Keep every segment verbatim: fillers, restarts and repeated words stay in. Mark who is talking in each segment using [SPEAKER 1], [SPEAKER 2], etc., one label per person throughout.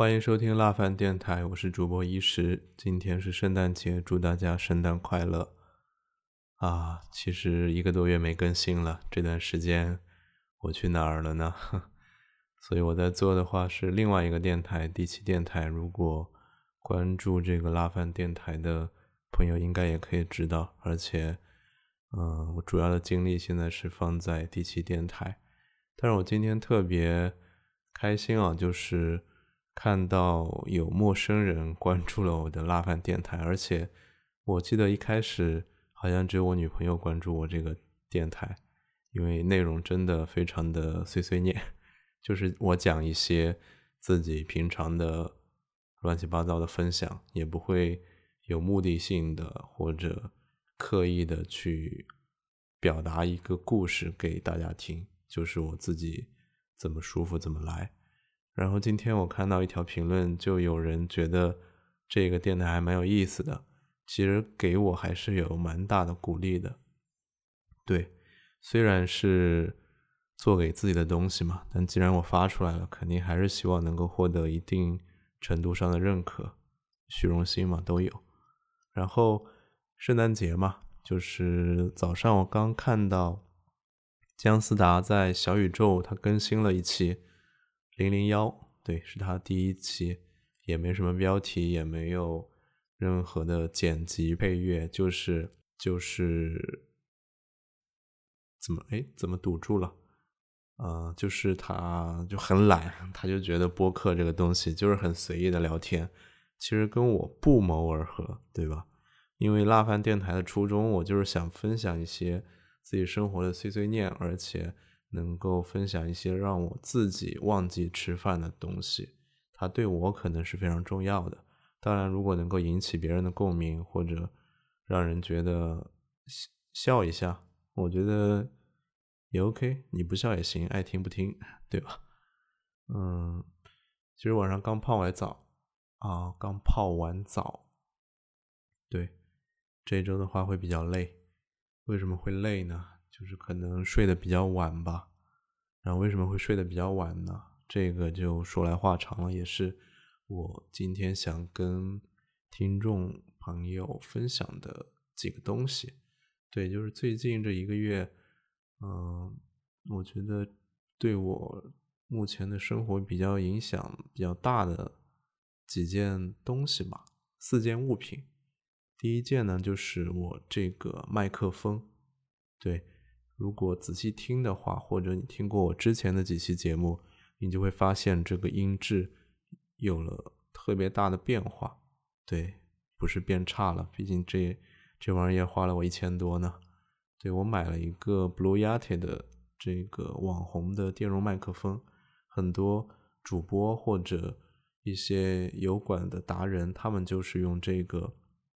[SPEAKER 1] 欢迎收听辣饭电台，我是主播一石。今天是圣诞节，祝大家圣诞快乐啊！其实一个多月没更新了，这段时间我去哪儿了呢？所以我在做的话是另外一个电台，第七电台。如果关注这个辣饭电台的朋友，应该也可以知道。而且，嗯、我主要的精力现在是放在第七电台。但是我今天特别开心啊，就是看到有陌生人关注了我的辣饭电台，而且我记得一开始好像只有我女朋友关注我这个电台，因为内容真的非常的碎碎念，就是我讲一些自己平常的乱七八糟的分享，也不会有目的性的或者刻意的去表达一个故事给大家听，就是我自己怎么舒服怎么来。然后今天我看到一条评论，就有人觉得这个电台还蛮有意思的，其实给我还是有蛮大的鼓励的。对，虽然是做给自己的东西嘛，但既然我发出来了，肯定还是希望能够获得一定程度上的认可，虚荣心嘛都有。然后圣诞节嘛，就是早上我刚看到姜思达在小宇宙他更新了一期零零一，对，是他第一期，也没什么标题，也没有任何的剪辑配乐，就是就是怎么诶怎么堵住了？呃，就是他就很懒，他就觉得播客这个东西就是很随意的聊天，其实跟我不谋而合，对吧？因为辣饭电台的初衷，我就是想分享一些自己生活的碎碎念，而且能够分享一些让我自己忘记吃饭的东西，它对我可能是非常重要的。当然，如果能够引起别人的共鸣，或者让人觉得笑一下，我觉得也 OK， 你不笑也行，爱听不听，对吧？嗯，其实晚上刚泡完澡啊，刚泡完澡，对，这一周的话会比较累。为什么会累呢？就是可能睡得比较晚吧。然后为什么会睡得比较晚呢？这个就说来话长了，也是我今天想跟听众朋友分享的几个东西。对，就是最近这一个月，嗯、我觉得对我目前的生活比较影响比较大的几件东西吧，四件物品。第一件呢，就是我这个麦克风。对，如果仔细听的话，或者你听过我之前的几期节目，你就会发现这个音质有了特别大的变化。对，不是变差了，毕竟这这玩意儿也花了我一千多呢。对，我买了一个 Blue Yeti 的这个网红的电容麦克风，很多主播或者一些油管的达人，他们就是用这个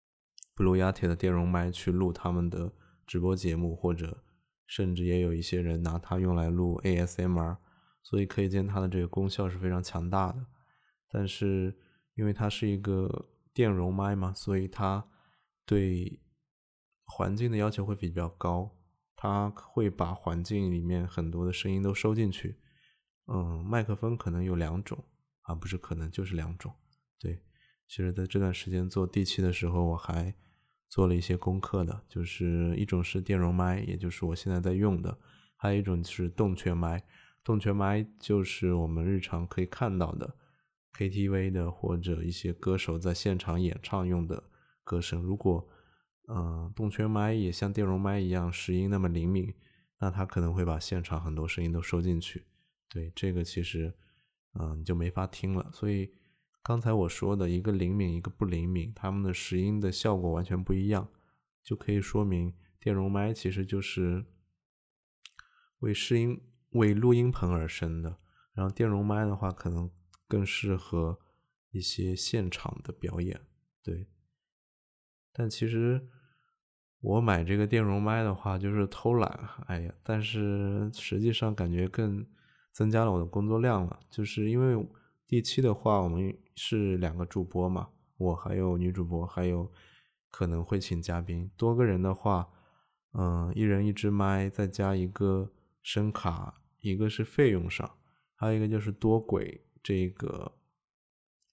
[SPEAKER 1] Blue Yeti 的电容麦去录他们的直播节目，或者甚至也有一些人拿它用来录 A S M R， 所以可以见它的这个功效是非常强大的。但是因为它是一个电容麦嘛，所以它对环境的要求会比较高，它会把环境里面很多的声音都收进去。嗯，麦克风可能有两种啊，不是可能就是两种。对，其实在这段时间做第七的时候，我还做了一些功课的，就是一种是电容麦，也就是我现在在用的，还有一种是动圈麦。动圈麦就是我们日常可以看到的 K T V 的或者一些歌手在现场演唱用的歌声。如果嗯、呃动圈麦也像电容麦一样拾音那么灵敏，那它可能会把现场很多声音都收进去。对，这个其实嗯、呃你就没法听了。所以刚才我说的一个灵敏一个不灵敏，它们的拾音的效果完全不一样，就可以说明电容麦其实就是为试音为录音棚而生的，然后电容麦的话可能更适合一些现场的表演。对，但其实我买这个电容麦的话就是偷懒，哎呀，但是实际上感觉更增加了我的工作量了。就是因为第七的话我们是两个主播嘛，我还有女主播，还有可能会请嘉宾，多个人的话嗯，一人一支麦，再加一个声卡，一个是费用上，还有一个就是多轨这个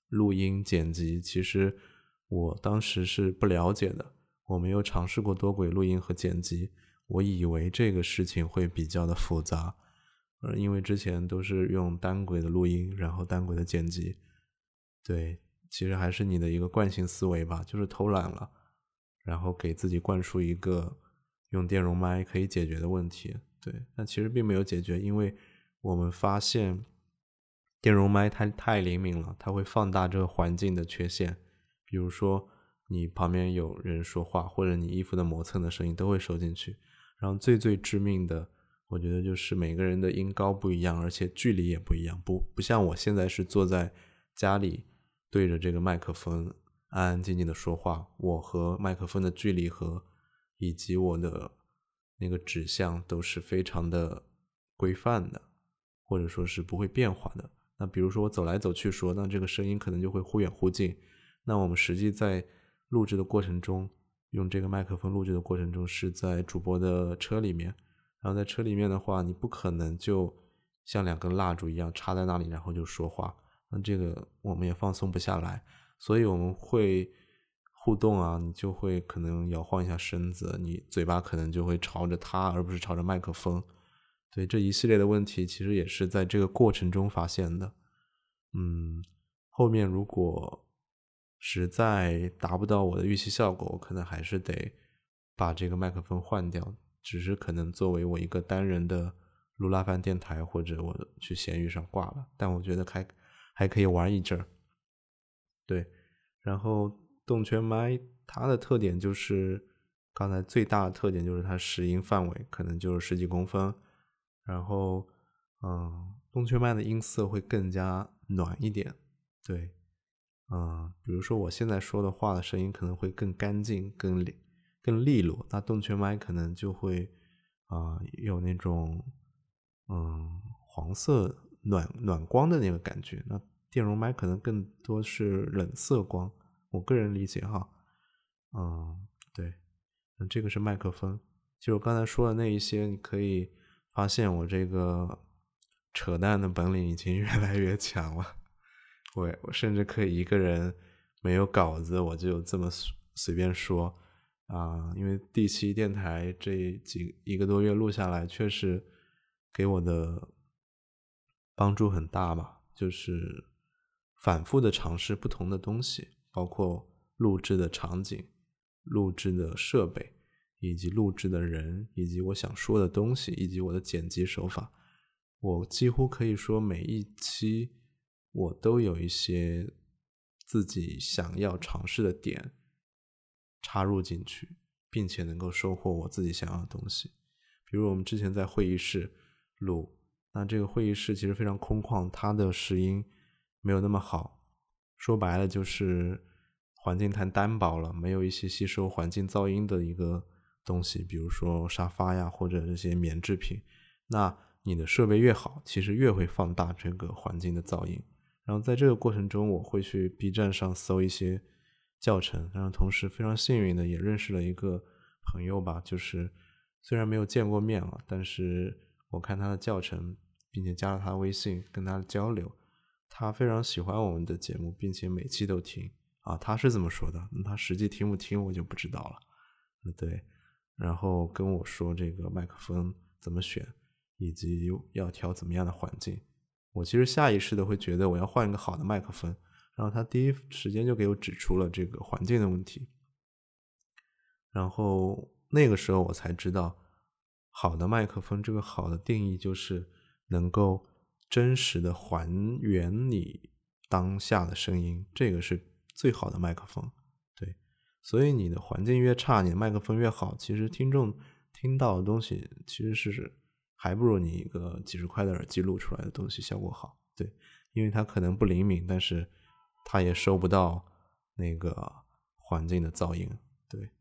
[SPEAKER 1] 录音剪辑，其实我当时是不了解的，我没有尝试过多轨录音和剪辑，我以为这个事情会比较的复杂，呃，因为之前都是用单轨的录音，然后单轨的剪辑，对，其实还是你的一个惯性思维吧，就是偷懒了，然后给自己灌输一个用电容麦可以解决的问题，对，但其实并没有解决，因为我们发现电容麦它太灵敏了，它会放大这个环境的缺陷，比如说你旁边有人说话，或者你衣服的磨蹭的声音都会收进去，然后最最致命的我觉得就是每个人的音高不一样，而且距离也不一样，不不像我现在是坐在家里对着这个麦克风安安静静的说话，我和麦克风的距离和以及我的那个指向都是非常的规范的，或者说是不会变化的。那比如说我走来走去说，那这个声音可能就会忽远忽近，那我们实际在录制的过程中，用这个麦克风录制的过程中是在主播的车里面，然后在车里面的话，你不可能就像两根蜡烛一样插在那里然后就说话，那这个我们也放松不下来，所以我们会互动啊，你就会可能摇晃一下身子，你嘴巴可能就会朝着它而不是朝着麦克风，对，这一系列的问题其实也是在这个过程中发现的。嗯，后面如果实在达不到我的预期效果，我可能还是得把这个麦克风换掉，只是可能作为我一个单人的录拉饭电台，或者我去闲鱼上挂了，但我觉得还还可以玩一阵儿。对，然后动圈麦它的特点就是刚才最大的特点就是它拾音范围可能就是十几公分，然后嗯，动圈麦的音色会更加暖一点，对，嗯，比如说我现在说的话的声音可能会更干净更更利落，那动圈麦可能就会啊、呃、有那种嗯黄色暖暖光的那个感觉，那电容麦可能更多是冷色光，我个人理解哈。嗯，对，那这个是麦克风，就我刚才说的那一些，你可以发现我这个扯淡的本领已经越来越强了。我我甚至可以一个人没有稿子，我就这么随便说啊、呃，因为第七电台这几一个多月录下来，确实给我的帮助很大嘛，就是反复的尝试不同的东西，包括录制的场景、录制的设备，以及录制的人，以及我想说的东西，以及我的剪辑手法。我几乎可以说每一期我都有一些自己想要尝试的点插入进去，并且能够收获我自己想要的东西。比如我们之前在会议室录，那这个会议室其实非常空旷，它的拾音没有那么好，说白了就是环境太单薄了，没有一些吸收环境噪音的一个东西，比如说沙发呀或者这些棉制品，那你的设备越好，其实越会放大这个环境的噪音。然后在这个过程中，我会去 B 站上搜一些教程，然后同时非常幸运的也认识了一个朋友吧，就是虽然没有见过面啊，但是我看他的教程，并且加了他的微信跟他交流，他非常喜欢我们的节目，并且每期都听啊，他是这么说的，他实际听不听我就不知道了。对，然后跟我说这个麦克风怎么选，以及要调怎么样的环境。我其实下意识的会觉得我要换一个好的麦克风，然后他第一时间就给我指出了这个环境的问题。然后那个时候我才知道，好的麦克风这个好的定义就是能够真实的还原你当下的声音，这个是最好的麦克风。对，所以你的环境越差，你的麦克风越好，其实听众听到的东西其实是还不如你一个几十块的耳机录出来的东西效果好。对，因为它可能不灵敏，但是它也收不到那个环境的噪音。对，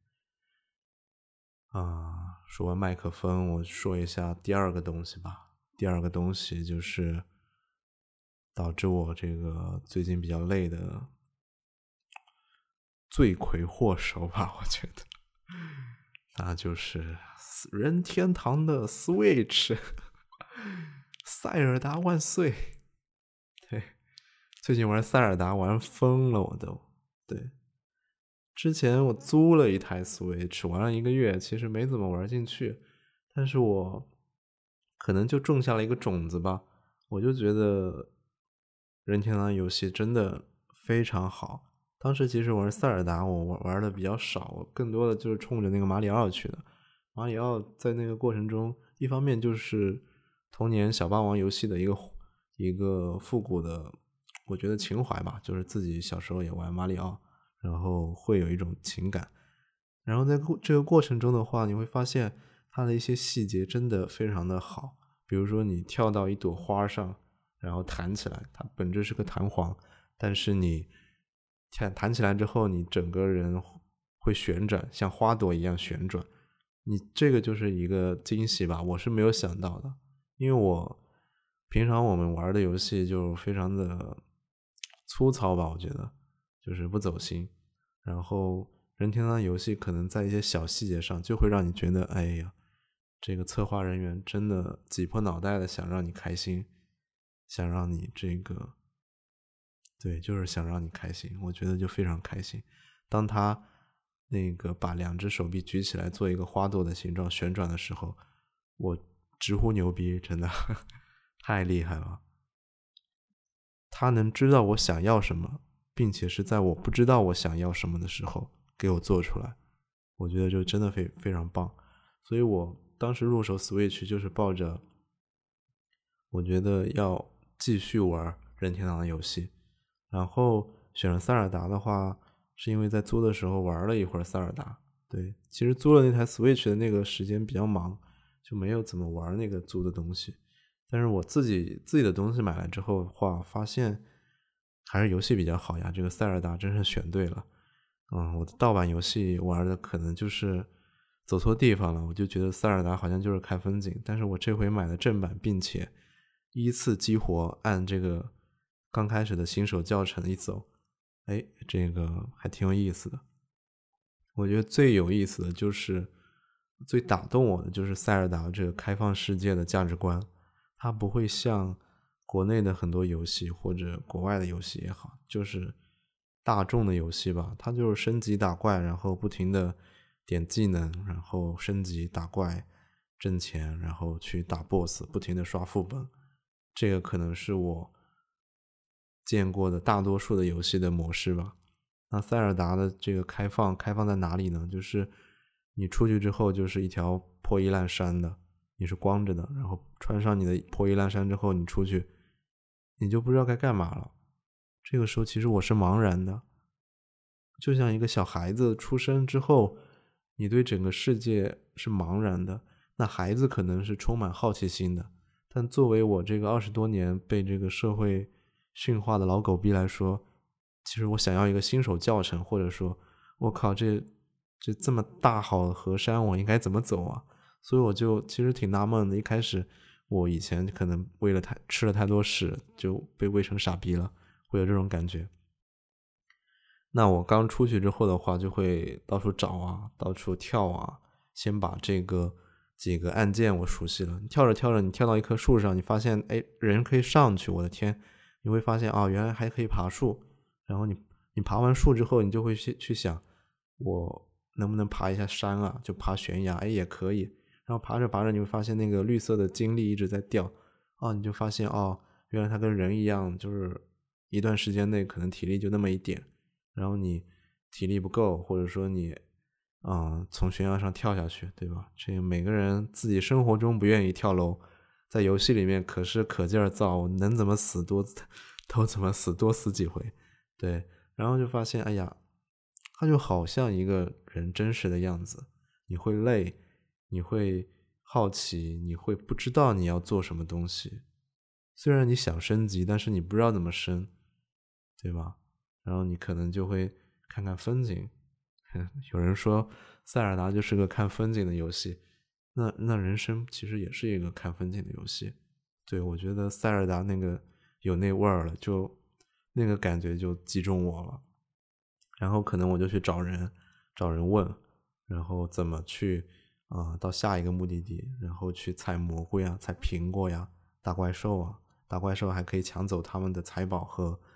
[SPEAKER 1] 啊，说完麦克风，我说一下第二个东西吧。第二个东西就是导致我这个最近比较累的罪魁祸首吧，我觉得，那就是任天堂的 Switch， 塞尔达万岁！对， 最近玩塞尔达玩疯了，我都对。之前我租了一台 Switch 玩了一个月，其实没怎么玩进去，但是我可能就种下了一个种子吧，我就觉得任天堂游戏真的非常好。当时其实玩塞尔达我玩的比较少，我更多的就是冲着那个马里奥去的。马里奥在那个过程中，一方面就是童年小霸王游戏的一个一个复古的，我觉得情怀吧，就是自己小时候也玩马里奥，然后会有一种情感。然后在这个过程中的话，你会发现它的一些细节真的非常的好，比如说你跳到一朵花上，然后弹起来，它本质是个弹簧，但是你弹弹起来之后，你整个人会旋转，像花朵一样旋转。你这个就是一个惊喜吧，我是没有想到的，因为我平常我们玩的游戏就非常的粗糙吧，我觉得就是不走心。然后任天堂游戏可能在一些小细节上就会让你觉得，哎呀，这个策划人员真的挤破脑袋的想让你开心，想让你这个，对，就是想让你开心，我觉得就非常开心。当他那个把两只手臂举起来做一个花朵的形状旋转的时候，我直呼牛逼，真的太厉害了。他能知道我想要什么，并且是在我不知道我想要什么的时候给我做出来，我觉得就真的非非常棒。所以我当时入手 Switch 就是抱着我觉得要继续玩任天堂的游戏，然后选了塞尔达的话是因为在租的时候玩了一会儿塞尔达。对，其实租了那台 Switch 的那个时间比较忙，就没有怎么玩那个租的东西。但是我自己自己的东西买来之后的话，发现还是游戏比较好呀，这个塞尔达真是选对了。嗯，我的盗版游戏玩的可能就是走错地方了，我就觉得塞尔达好像就是看风景，但是我这回买了正版，并且依次激活按这个刚开始的新手教程一走，哎，这个还挺有意思的。我觉得最有意思的就是最打动我的就是塞尔达这个开放世界的价值观，它不会像国内的很多游戏或者国外的游戏也好，就是大众的游戏吧，它就是升级打怪，然后不停的点技能，然后升级打怪挣钱，然后去打 boss， 不停的刷副本。这个可能是我见过的大多数的游戏的模式吧。那塞尔达的这个开放开放在哪里呢？就是你出去之后就是一条破衣烂衫的，你是光着的，然后穿上你的破衣烂衫之后，你出去你就不知道该干嘛了。这个时候其实我是茫然的，就像一个小孩子出生之后，你对整个世界是茫然的，那孩子可能是充满好奇心的，但作为我这个二十多年被这个社会驯化的老狗逼来说，其实我想要一个新手教程，或者说我靠，这这这么大好河山我应该怎么走啊？所以我就其实挺纳闷的，一开始我以前可能为了太吃了太多屎就被喂成傻逼了，会有这种感觉。那我刚出去之后的话，就会到处找啊，到处跳啊，先把这个几个按键我熟悉了。你跳着跳着，你跳到一棵树上，你发现哎，人可以上去，我的天！你会发现啊、哦，原来还可以爬树。然后你你爬完树之后，你就会去去想，我能不能爬一下山啊？就爬悬崖，哎，也可以。然后爬着爬着，你会发现那个绿色的精力一直在掉，哦，你就发现哦，原来它跟人一样，就是一段时间内可能体力就那么一点。然后你体力不够，或者说你啊、呃、从悬崖上跳下去，对吧？这个每个人自己生活中不愿意跳楼，在游戏里面可是可劲儿造，能怎么死多都怎么死，多死几回。对，然后就发现，哎呀，他就好像一个人真实的样子，你会累，你会好奇，你会不知道你要做什么东西。虽然你想升级，但是你不知道怎么升，对吧？然后你可能就会看看风景。有人说塞尔达就是个看风景的游戏，那那人生其实也是一个看风景的游戏。对，我觉得塞尔达那个有那味儿了，就那个感觉就击中我了。然后可能我就去找人找人问，然后怎么去啊、呃、到下一个目的地，然后去采蘑菇呀，采苹果呀，打怪兽啊，打怪兽还可以抢走他们的财宝和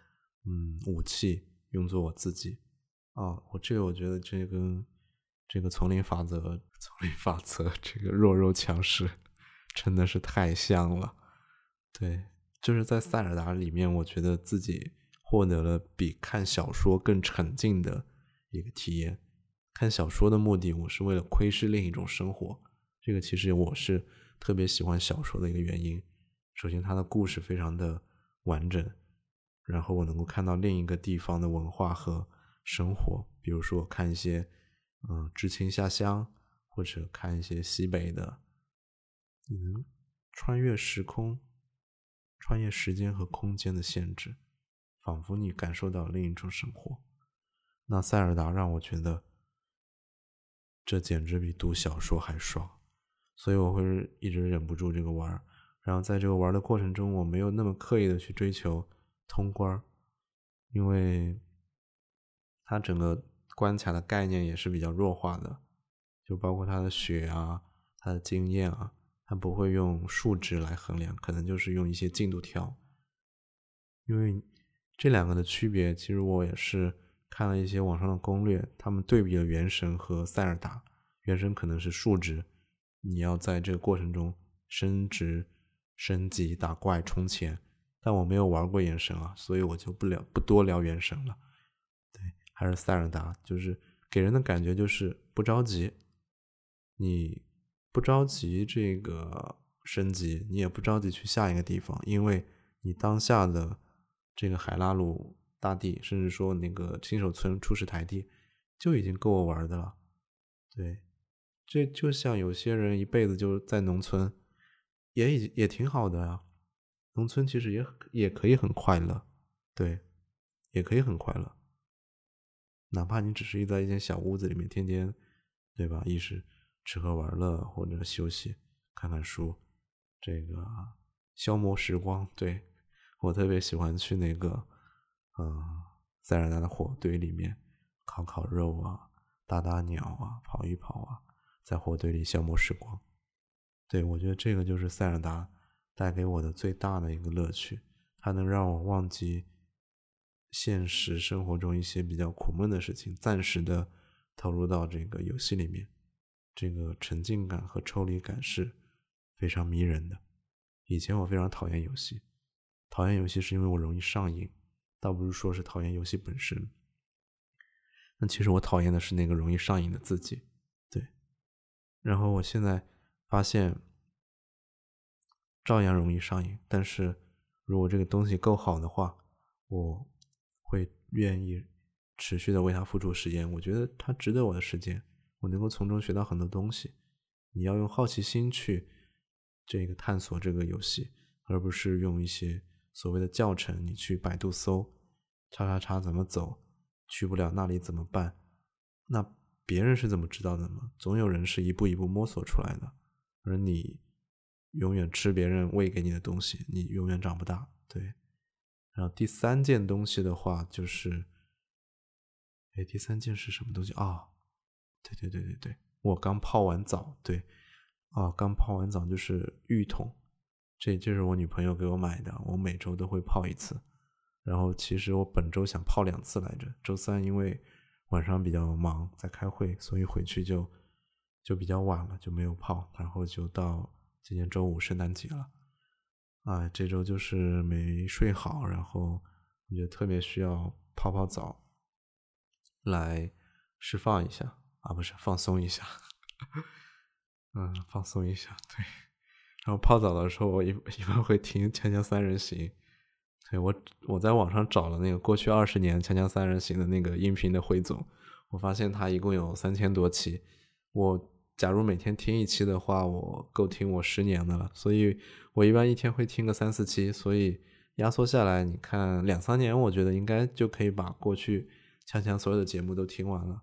[SPEAKER 1] 嗯武器用作我自己啊。我这个我觉得这跟这个丛林法则丛林法则这个弱肉强食真的是太像了。对，就是在塞尔达里面，我觉得自己获得了比看小说更沉浸的一个体验。看小说的目的，我是为了窥视另一种生活，这个其实我是特别喜欢小说的一个原因。首先它的故事非常的完整，然后我能够看到另一个地方的文化和生活，比如说看一些嗯知青下乡，或者看一些西北的，你能穿越时空，穿越时间和空间的限制，仿佛你感受到另一种生活。那塞尔达让我觉得这简直比读小说还爽，所以我会一直忍不住这个玩。然后在这个玩的过程中，我没有那么刻意的去追求通关，因为它整个关卡的概念也是比较弱化的，就包括它的血啊，它的经验啊，它不会用数值来衡量，可能就是用一些进度条。因为这两个的区别，其实我也是看了一些网上的攻略，他们对比了原神和塞尔达。原神可能是数值，你要在这个过程中升值、升级、打怪、充钱，但我没有玩过原神啊，所以我就不聊不多聊原神了。对，还是塞尔达，就是给人的感觉就是不着急，你不着急这个升级，你也不着急去下一个地方，因为你当下的这个海拉鲁大地，甚至说那个新手村初始台地就已经够我玩的了。对，这就像有些人一辈子就在农村，也也也挺好的啊。农村其实也也可以很快乐，对，也可以很快乐。哪怕你只是在一间小屋子里面，天天，对吧？一是吃喝玩乐或者休息，看看书，这个消磨时光。对，我特别喜欢去那个，嗯，塞尔达的火堆里面烤烤肉啊，打打鸟啊，跑一跑啊，在火堆里消磨时光。对，我觉得这个就是塞尔达带给我的最大的一个乐趣，它能让我忘记现实生活中一些比较苦闷的事情，暂时的投入到这个游戏里面，这个沉浸感和抽离感是非常迷人的。以前我非常讨厌游戏，讨厌游戏是因为我容易上瘾，倒不是说是讨厌游戏本身。那其实我讨厌的是那个容易上瘾的自己。对，然后我现在发现照样容易上瘾，但是如果这个东西够好的话，我会愿意持续的为它付出时间。我觉得它值得我的时间，我能够从中学到很多东西。你要用好奇心去这个探索这个游戏，而不是用一些所谓的教程，你去百度搜叉叉叉怎么走，去不了那里怎么办。那别人是怎么知道的呢？总有人是一步一步摸索出来的，而你永远吃别人喂给你的东西，你永远长不大。对，然后第三件东西的话就是哎，第三件是什么东西啊、哦？对对对对对，我刚泡完澡。对啊、哦，刚泡完澡就是浴桶，这就是我女朋友给我买的，我每周都会泡一次。然后其实我本周想泡两次来着，周三因为晚上比较忙在开会，所以回去就就比较晚了，就没有泡。然后就到今天周五圣诞节了啊，这周就是没睡好，然后我觉得特别需要泡泡澡来释放一下啊，不是放松一下嗯，放松一下。对，然后泡澡的时候我一一般会听锵锵三人行。对，我我在网上找了那个过去二十年锵锵三人行的那个音频的汇总，我发现它一共有三千多期。我假如每天听一期的话，我够听我十年的了。所以我一般一天会听个三四期，所以压缩下来，你看两三年，我觉得应该就可以把过去锵锵所有的节目都听完了。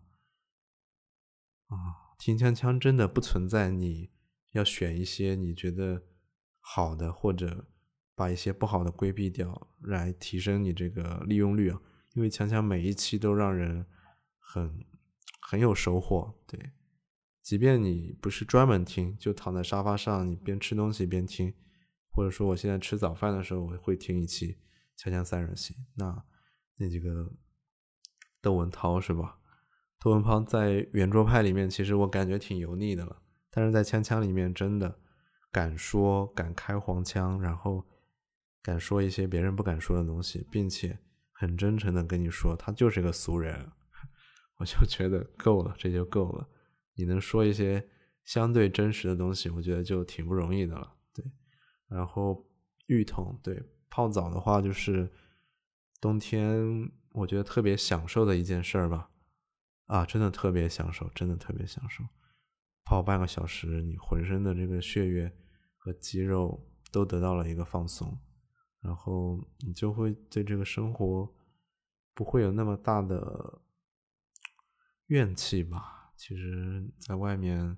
[SPEAKER 1] 啊，听锵锵真的不存在你要选一些你觉得好的，或者把一些不好的规避掉，来提升你这个利用率啊。因为锵锵每一期都让人很很有收获。对，即便你不是专门听，就躺在沙发上，你边吃东西边听，或者说我现在吃早饭的时候，我会听一期锵锵三人行。那那几个窦文涛是吧？窦文涛在圆桌派里面其实我感觉挺油腻的了，但是在锵锵里面真的敢说敢开黄腔，然后敢说一些别人不敢说的东西，并且很真诚的跟你说他就是个俗人，我就觉得够了，这就够了。你能说一些相对真实的东西，我觉得就挺不容易的了。对，然后浴桶，对，泡澡的话就是冬天我觉得特别享受的一件事吧。啊，真的特别享受，真的特别享受。泡半个小时，你浑身的这个血液和肌肉都得到了一个放松，然后你就会对这个生活不会有那么大的怨气吧。其实在外面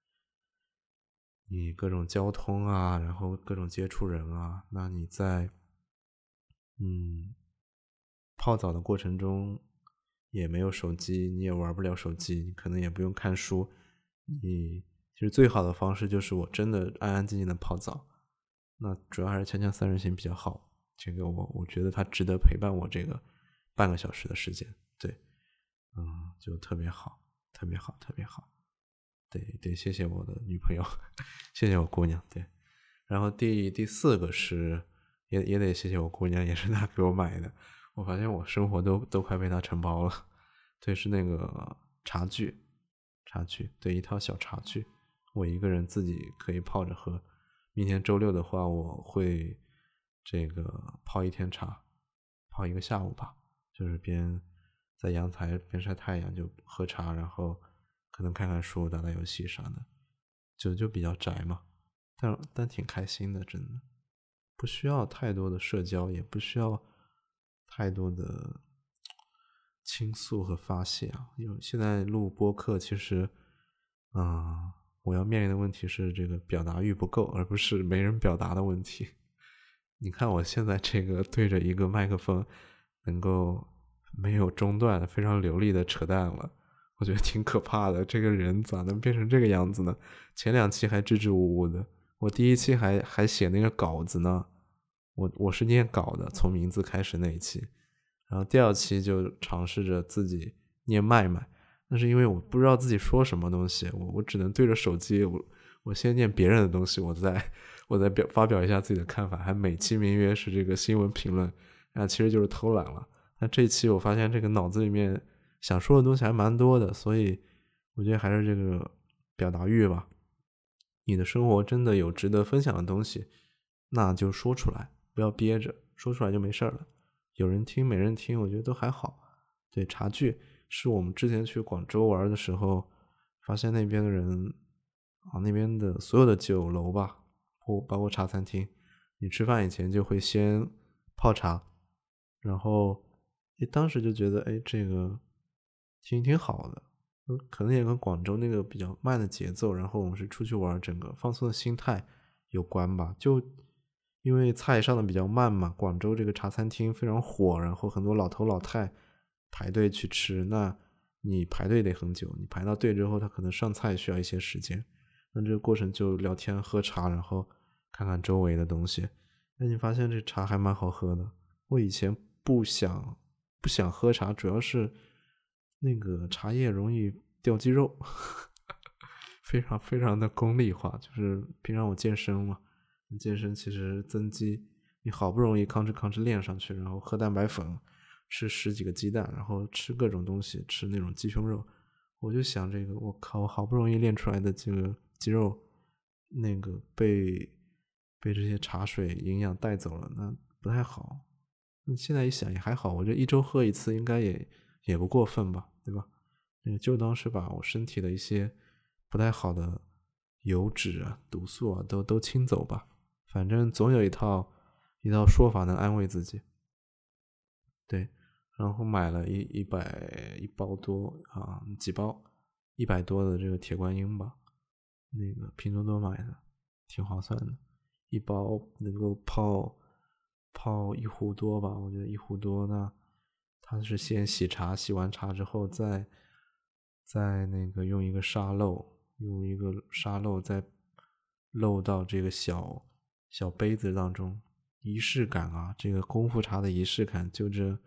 [SPEAKER 1] 你各种交通啊，然后各种接触人啊，那你在嗯泡澡的过程中也没有手机，你也玩不了手机，你可能也不用看书，你其实最好的方式就是我真的安安静静的泡澡。那主要还是锵锵三人行比较好，这个我我觉得它值得陪伴我这个半个小时的时间。对，嗯，就特别好，特别好，特别好。对对，谢谢我的女朋友，谢谢我姑娘。对，然后第第四个是也也得谢谢我姑娘，也是她给我买的。我发现我生活都都快被她承包了。对，是那个茶具，茶具，对，一套小茶具，我一个人自己可以泡着喝。明天周六的话，我会这个泡一天茶，泡一个下午吧，就是边在阳台边晒太阳就喝茶，然后可能看看书、打打游戏啥的，就就比较宅嘛，但但挺开心的，真的不需要太多的社交，也不需要太多的倾诉和发泄啊。因为现在录播客，其实，啊、呃，我要面临的问题是这个表达欲不够，而不是没人表达的问题。你看我现在这个对着一个麦克风，能够没有中断、非常流利的扯淡了，我觉得挺可怕的。这个人咋能变成这个样子呢？前两期还支支吾吾的，我第一期还还写那个稿子呢，我我是念稿的，从名字开始那一期，然后第二期就尝试着自己念麦麦，那是因为我不知道自己说什么东西，我我只能对着手机，我我先念别人的东西，我再我再表发表一下自己的看法，还美其名曰是这个新闻评论，啊，其实就是偷懒了。那这期我发现这个脑子里面想说的东西还蛮多的，所以我觉得还是这个表达欲吧。你的生活真的有值得分享的东西，那就说出来，不要憋着，说出来就没事了。有人听没人听，我觉得都还好。对，茶具是我们之前去广州玩的时候，发现那边的人啊，那边的所有的酒楼吧，或包括茶餐厅，你吃饭以前就会先泡茶，然后诶当时就觉得哎这个挺挺好的。可能也跟广州那个比较慢的节奏，然后我们是出去玩，整个放松的心态有关吧。就因为菜上的比较慢嘛，广州这个茶餐厅非常火，然后很多老头老太排队去吃，那你排队得很久，你排到队之后，他可能上菜需要一些时间，那这个过程就聊天喝茶，然后看看周围的东西。那你发现这茶还蛮好喝的。我以前不想不想喝茶，主要是那个茶叶容易掉肌肉，非常非常的功利化。就是平常我健身嘛，健身其实增肌，你好不容易吭哧吭哧练上去，然后喝蛋白粉，吃十几个鸡蛋，然后吃各种东西，吃那种鸡胸肉，我就想这个，我靠，我好不容易练出来的这个肌肉，那个被被这些茶水营养带走了，那不太好。现在一想也还好，我这一周喝一次应该也也不过分吧，对吧？就当是把我身体的一些不太好的油脂啊、毒素啊都都清走吧。反正总有一套一套说法能安慰自己。对，然后买了一一百一包多啊，几包一百多的这个铁观音吧，那个拼多多买的，挺划算的，一包能够泡泡一壶多吧，我觉得一壶多呢，它是先洗茶，洗完茶之后再再那个用一个沙漏，用一个沙漏再漏到这个小小杯子当中，仪式感啊，这个功夫茶的仪式感就这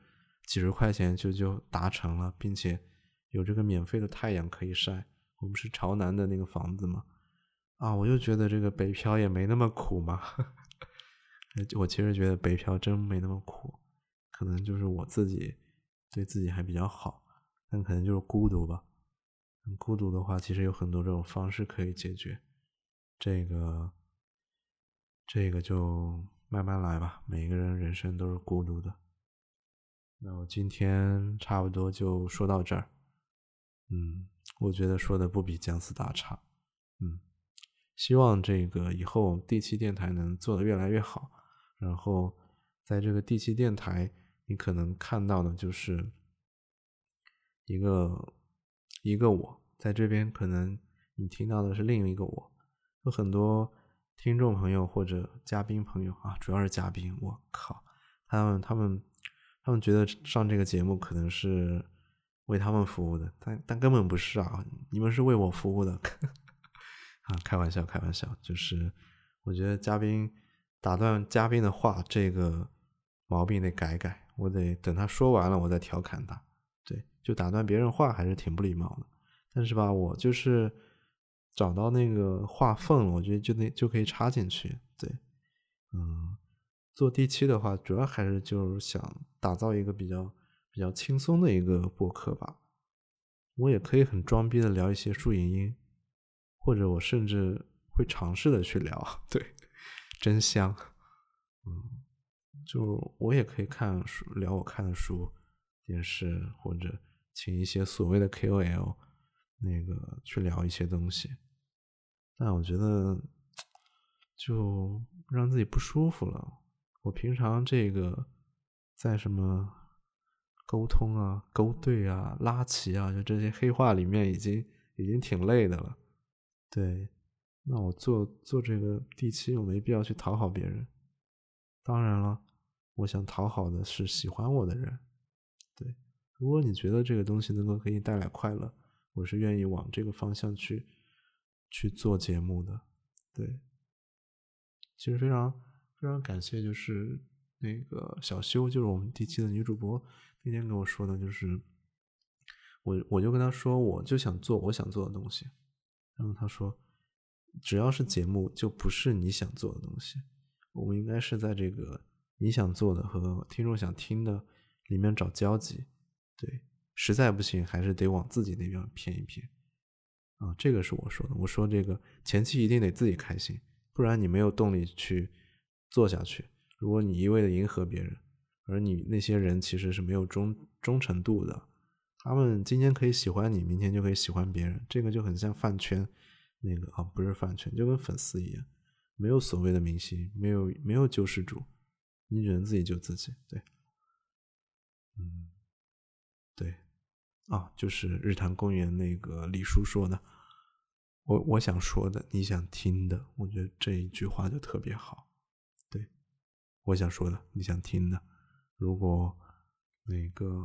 [SPEAKER 1] 几十块钱就就达成了，并且有这个免费的太阳可以晒。我们是朝南的那个房子嘛，啊，我就觉得这个北漂也没那么苦嘛。我其实觉得北漂真没那么苦，可能就是我自己对自己还比较好，但可能就是孤独吧。孤独的话，其实有很多这种方式可以解决。这个，这个就慢慢来吧。每个人人生都是孤独的。那我今天差不多就说到这儿。嗯，我觉得说的不比姜思达差。嗯，希望这个以后第七电台能做得越来越好。然后在这个第七电台，你可能看到的就是一个一个我，在这边可能你听到的是另一个我。有很多听众朋友或者嘉宾朋友啊，主要是嘉宾，我靠，他们他们他们觉得上这个节目可能是为他们服务的，但但根本不是啊，你们是为我服务的。啊，开玩笑开玩笑，就是我觉得嘉宾打断嘉宾的话，这个毛病得改改，我得等他说完了我再调侃他。对，就打断别人话还是挺不礼貌的，但是吧，我就是找到那个话缝了，我觉得就那就可以插进去。对，嗯，做第七的话，主要还是就是想打造一个比较比较轻松的一个播客吧。我也可以很装逼的聊一些树影音，或者我甚至会尝试的去聊。对，真香。嗯，就我也可以看书，聊我看的书、电视，或者请一些所谓的 K O L 那个去聊一些东西。但我觉得就让自己不舒服了。我平常这个在什么沟通啊、勾兑啊、拉齐啊，就这些黑话里面已经已经挺累的了。对，那我做做这个第七，我没必要去讨好别人。当然了，我想讨好的是喜欢我的人。对，如果你觉得这个东西能够给你带来快乐，我是愿意往这个方向去去做节目的。对，其实非常非常感谢，就是那个小修，就是我们第七的女主播，那天跟我说的，就是我我就跟她说，我就想做我想做的东西。然后她说，只要是节目，就不是你想做的东西。我们应该是在这个你想做的和听众想听的里面找交集。对，实在不行还是得往自己那边偏一偏啊，这个是我说的。我说这个前期一定得自己开心，不然你没有动力去做下去。如果你一味的迎合别人，而你那些人其实是没有忠忠诚度的，他们今天可以喜欢你，明天就可以喜欢别人，这个就很像饭圈那个啊，不是饭圈，就跟粉丝一样，没有所谓的明星，没有没有救世主，你只能自己救自己。对，嗯，对啊，就是日坛公园那个李叔说的，我我想说的，你想听的，我觉得这一句话就特别好。对，我想说的，你想听的，如果那个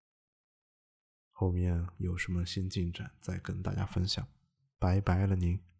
[SPEAKER 1] 后面有什么新进展，再跟大家分享。拜拜了您。